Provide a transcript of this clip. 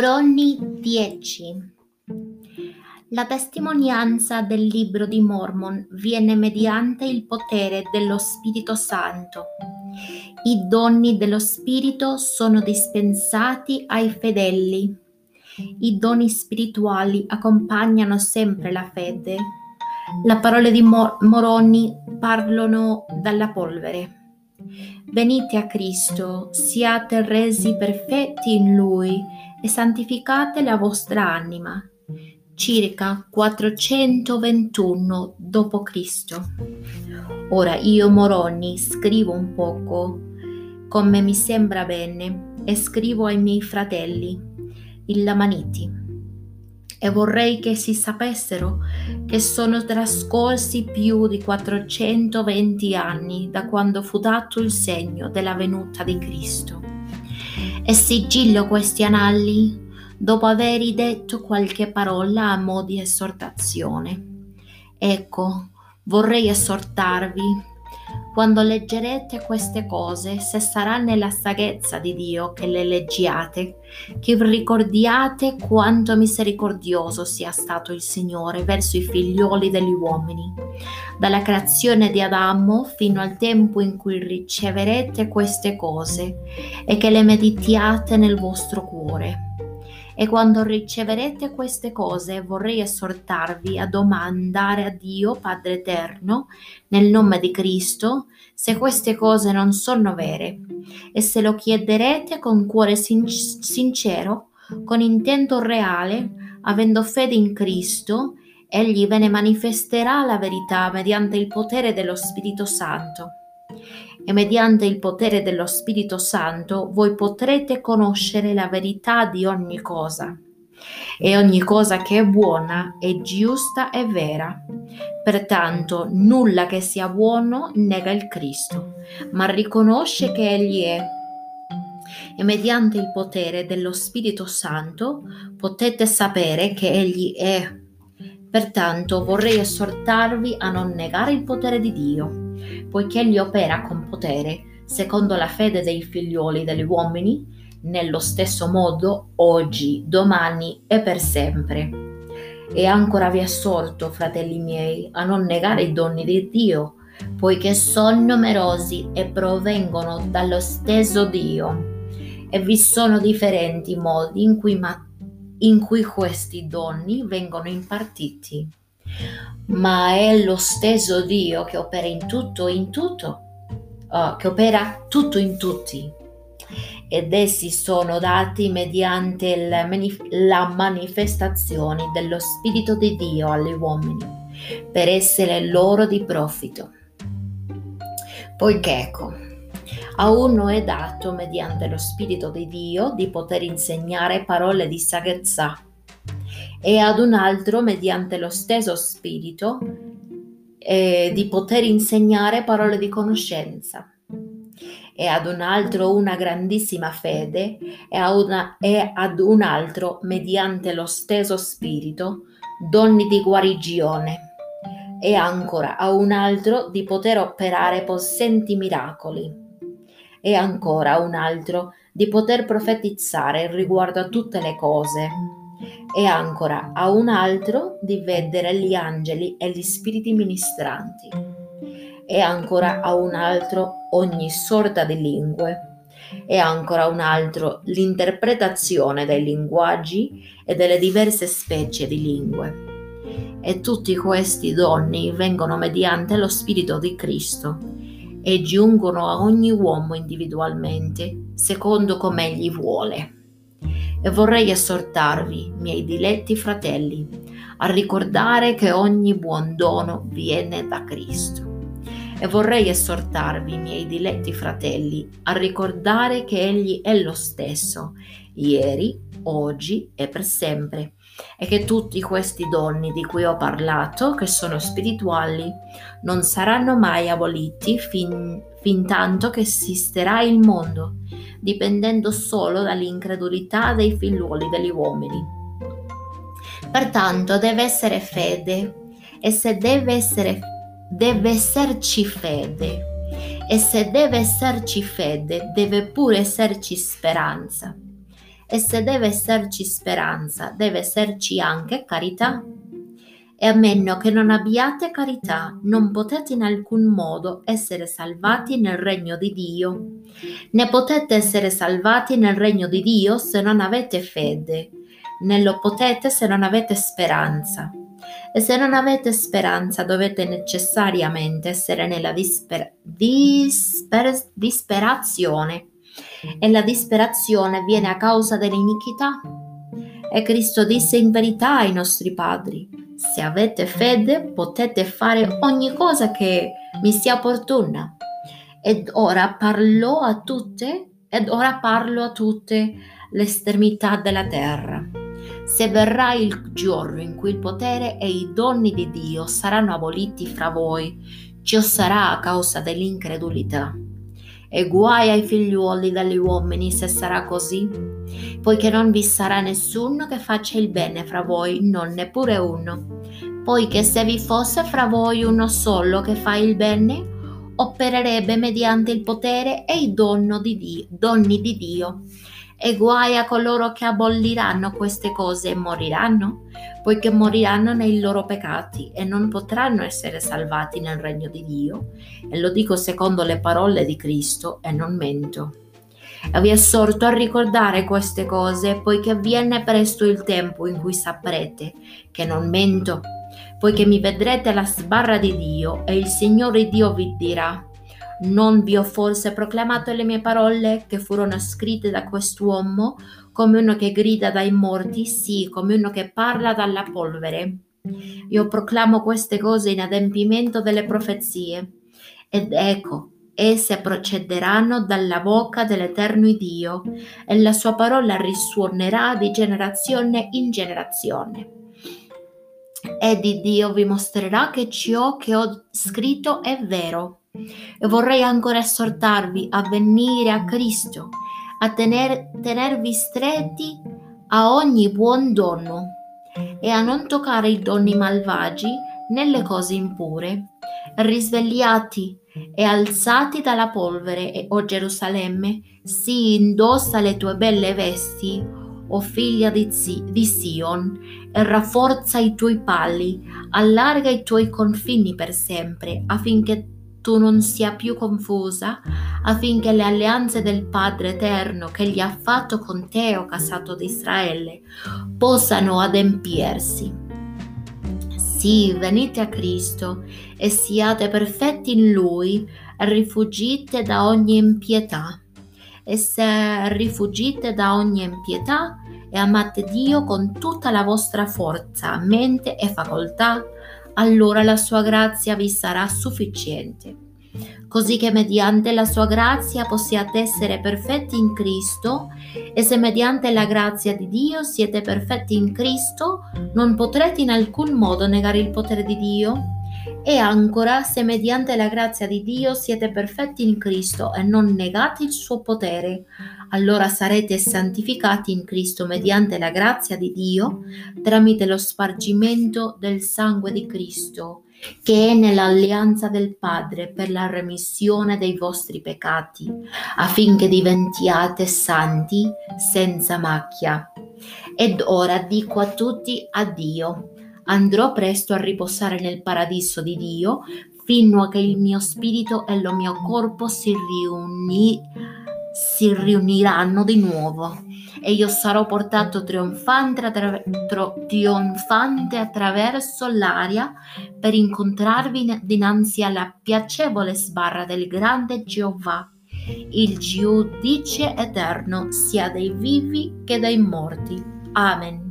Moroni 10. La testimonianza del libro di Mormon viene mediante il potere dello Spirito Santo. I doni dello Spirito sono dispensati ai fedeli. I doni spirituali accompagnano sempre la fede. Le parole di Moroni parlano dalla polvere. Venite a Cristo, siate resi perfetti in Lui e santificate la vostra anima. Circa 421 d.C. Ora io, Moroni, scrivo un poco come mi sembra bene e scrivo ai miei fratelli, i Lamaniti, e vorrei che si sapessero che sono trascorsi più di 420 anni da quando fu dato il segno della venuta di Cristo. E sigillo questi annali dopo aver detto qualche parola a mo' di esortazione. Ecco, vorrei esortarvi, quando leggerete queste cose, se sarà nella saggezza di Dio che le leggiate, che vi ricordiate quanto misericordioso sia stato il Signore verso i figlioli degli uomini, dalla creazione di Adamo fino al tempo in cui riceverete queste cose e che le meditiate nel vostro cuore. E quando riceverete queste cose vorrei esortarvi a domandare a Dio Padre Eterno nel nome di Cristo se queste cose non sono vere, e se lo chiederete con cuore sincero, con intento reale, avendo fede in Cristo, egli ve ne manifesterà la verità mediante il potere dello Spirito Santo. E mediante il potere dello Spirito Santo voi potrete conoscere la verità di ogni cosa, e ogni cosa che è buona, è giusta e vera. Pertanto nulla che sia buono nega il Cristo, ma riconosce che Egli è. E mediante il potere dello Spirito Santo potete sapere che Egli è. Pertanto vorrei esortarvi a non negare il potere di Dio, poiché Egli opera con potere, secondo la fede dei figlioli degli uomini, nello stesso modo, oggi, domani e per sempre. E ancora vi esorto, fratelli miei, a non negare i doni di Dio, poiché sono numerosi e provengono dallo stesso Dio. E vi sono differenti modi in cui questi doni vengono impartiti. Ma è lo stesso Dio che opera che opera tutto in tutti, ed essi sono dati mediante la manifestazione dello Spirito di Dio agli uomini, per essere loro di profitto. Poiché ecco, a uno è dato mediante lo Spirito di Dio di poter insegnare parole di saggezza, e ad un altro mediante lo stesso Spirito di poter insegnare parole di conoscenza, e ad un altro una grandissima fede, e ad un altro mediante lo stesso Spirito doni di guarigione, e ancora a un altro di poter operare possenti miracoli, e ancora a un altro di poter profetizzare riguardo a tutte le cose, e ancora a un altro di vedere gli angeli e gli spiriti ministranti, e ancora a un altro ogni sorta di lingue, e ancora a un altro l'interpretazione dei linguaggi e delle diverse specie di lingue. E tutti questi doni vengono mediante lo Spirito di Cristo e giungono a ogni uomo individualmente, secondo come egli vuole. E vorrei esortarvi, miei diletti fratelli, a ricordare che ogni buon dono viene da Cristo. E vorrei esortarvi, miei diletti fratelli, a ricordare che Egli è lo stesso, ieri, oggi e per sempre, e che tutti questi doni di cui ho parlato, che sono spirituali, non saranno mai aboliti fin tanto che esisterà il mondo, dipendendo solo dall'incredulità dei figliuoli degli uomini. Pertanto deve essere fede, e se deve esserci fede, e se deve esserci fede, deve pure esserci speranza. E se deve esserci speranza, deve esserci anche carità. E a meno che non abbiate carità, non potete in alcun modo essere salvati nel regno di Dio. Ne potete essere salvati nel regno di Dio se non avete fede, né lo potete se non avete speranza. E se non avete speranza dovete necessariamente essere nella disperazione. E la disperazione viene a causa dell'iniquità. E Cristo disse in verità ai nostri padri: se avete fede potete fare ogni cosa che mi sia opportuna. Ed ora parlo a tutte le estremità della terra. Se verrà il giorno in cui il potere e i doni di Dio saranno aboliti fra voi, ciò sarà a causa dell'incredulità. E guai ai figliuoli degli uomini se sarà così, poiché non vi sarà nessuno che faccia il bene fra voi, non neppure uno. Poiché se vi fosse fra voi uno solo che fa il bene, opererebbe mediante il potere e i doni di Dio. E guai a coloro che aboliranno queste cose e moriranno, poiché moriranno nei loro peccati e non potranno essere salvati nel regno di Dio. E lo dico secondo le parole di Cristo e non mento. E vi esorto a ricordare queste cose, poiché viene presto il tempo in cui saprete che non mento, poiché mi vedrete alla sbarra di Dio e il Signore Dio vi dirà: non vi ho forse proclamato le mie parole che furono scritte da quest'uomo, come uno che grida dai morti, sì, come uno che parla dalla polvere? Io proclamo queste cose in adempimento delle profezie. Ed ecco, esse procederanno dalla bocca dell'Eterno Dio, e la sua parola risuonerà di generazione in generazione. E di Dio vi mostrerà che ciò che ho scritto è vero. E vorrei ancora esortarvi a venire a Cristo, a tenervi stretti a ogni buon dono e a non toccare i doni malvagi né le cose impure. Risvegliati e alzati dalla polvere, o Gerusalemme, si indossa le tue belle vesti, o figlia di Sion, e rafforza i tuoi pali, allarga i tuoi confini per sempre, affinché tu non sia più confusa, affinché le alleanze del Padre Eterno che gli ha fatto con te, o casato di Israele, possano adempiersi. Sì, venite a Cristo e siate perfetti in Lui, e rifugite da ogni impietà. E se rifugite da ogni impietà e amate Dio con tutta la vostra forza, mente e facoltà, allora la sua grazia vi sarà sufficiente, così che mediante la sua grazia possiate essere perfetti in Cristo. E se mediante la grazia di Dio siete perfetti in Cristo, non potrete in alcun modo negare il potere di Dio. E ancora, se mediante la grazia di Dio siete perfetti in Cristo e non negate il suo potere, allora sarete santificati in Cristo mediante la grazia di Dio, tramite lo spargimento del sangue di Cristo, che è nell'alleanza del Padre per la remissione dei vostri peccati, affinché diventiate santi senza macchia. Ed ora dico a tutti addio. Andrò presto a riposare nel paradiso di Dio, fino a che il mio spirito e il mio corpo si riuniranno di nuovo, e io sarò portato trionfante attraverso l'aria per incontrarvi dinanzi alla piacevole sbarra del grande Geova, il giudice eterno, sia dei vivi che dei morti. Amen.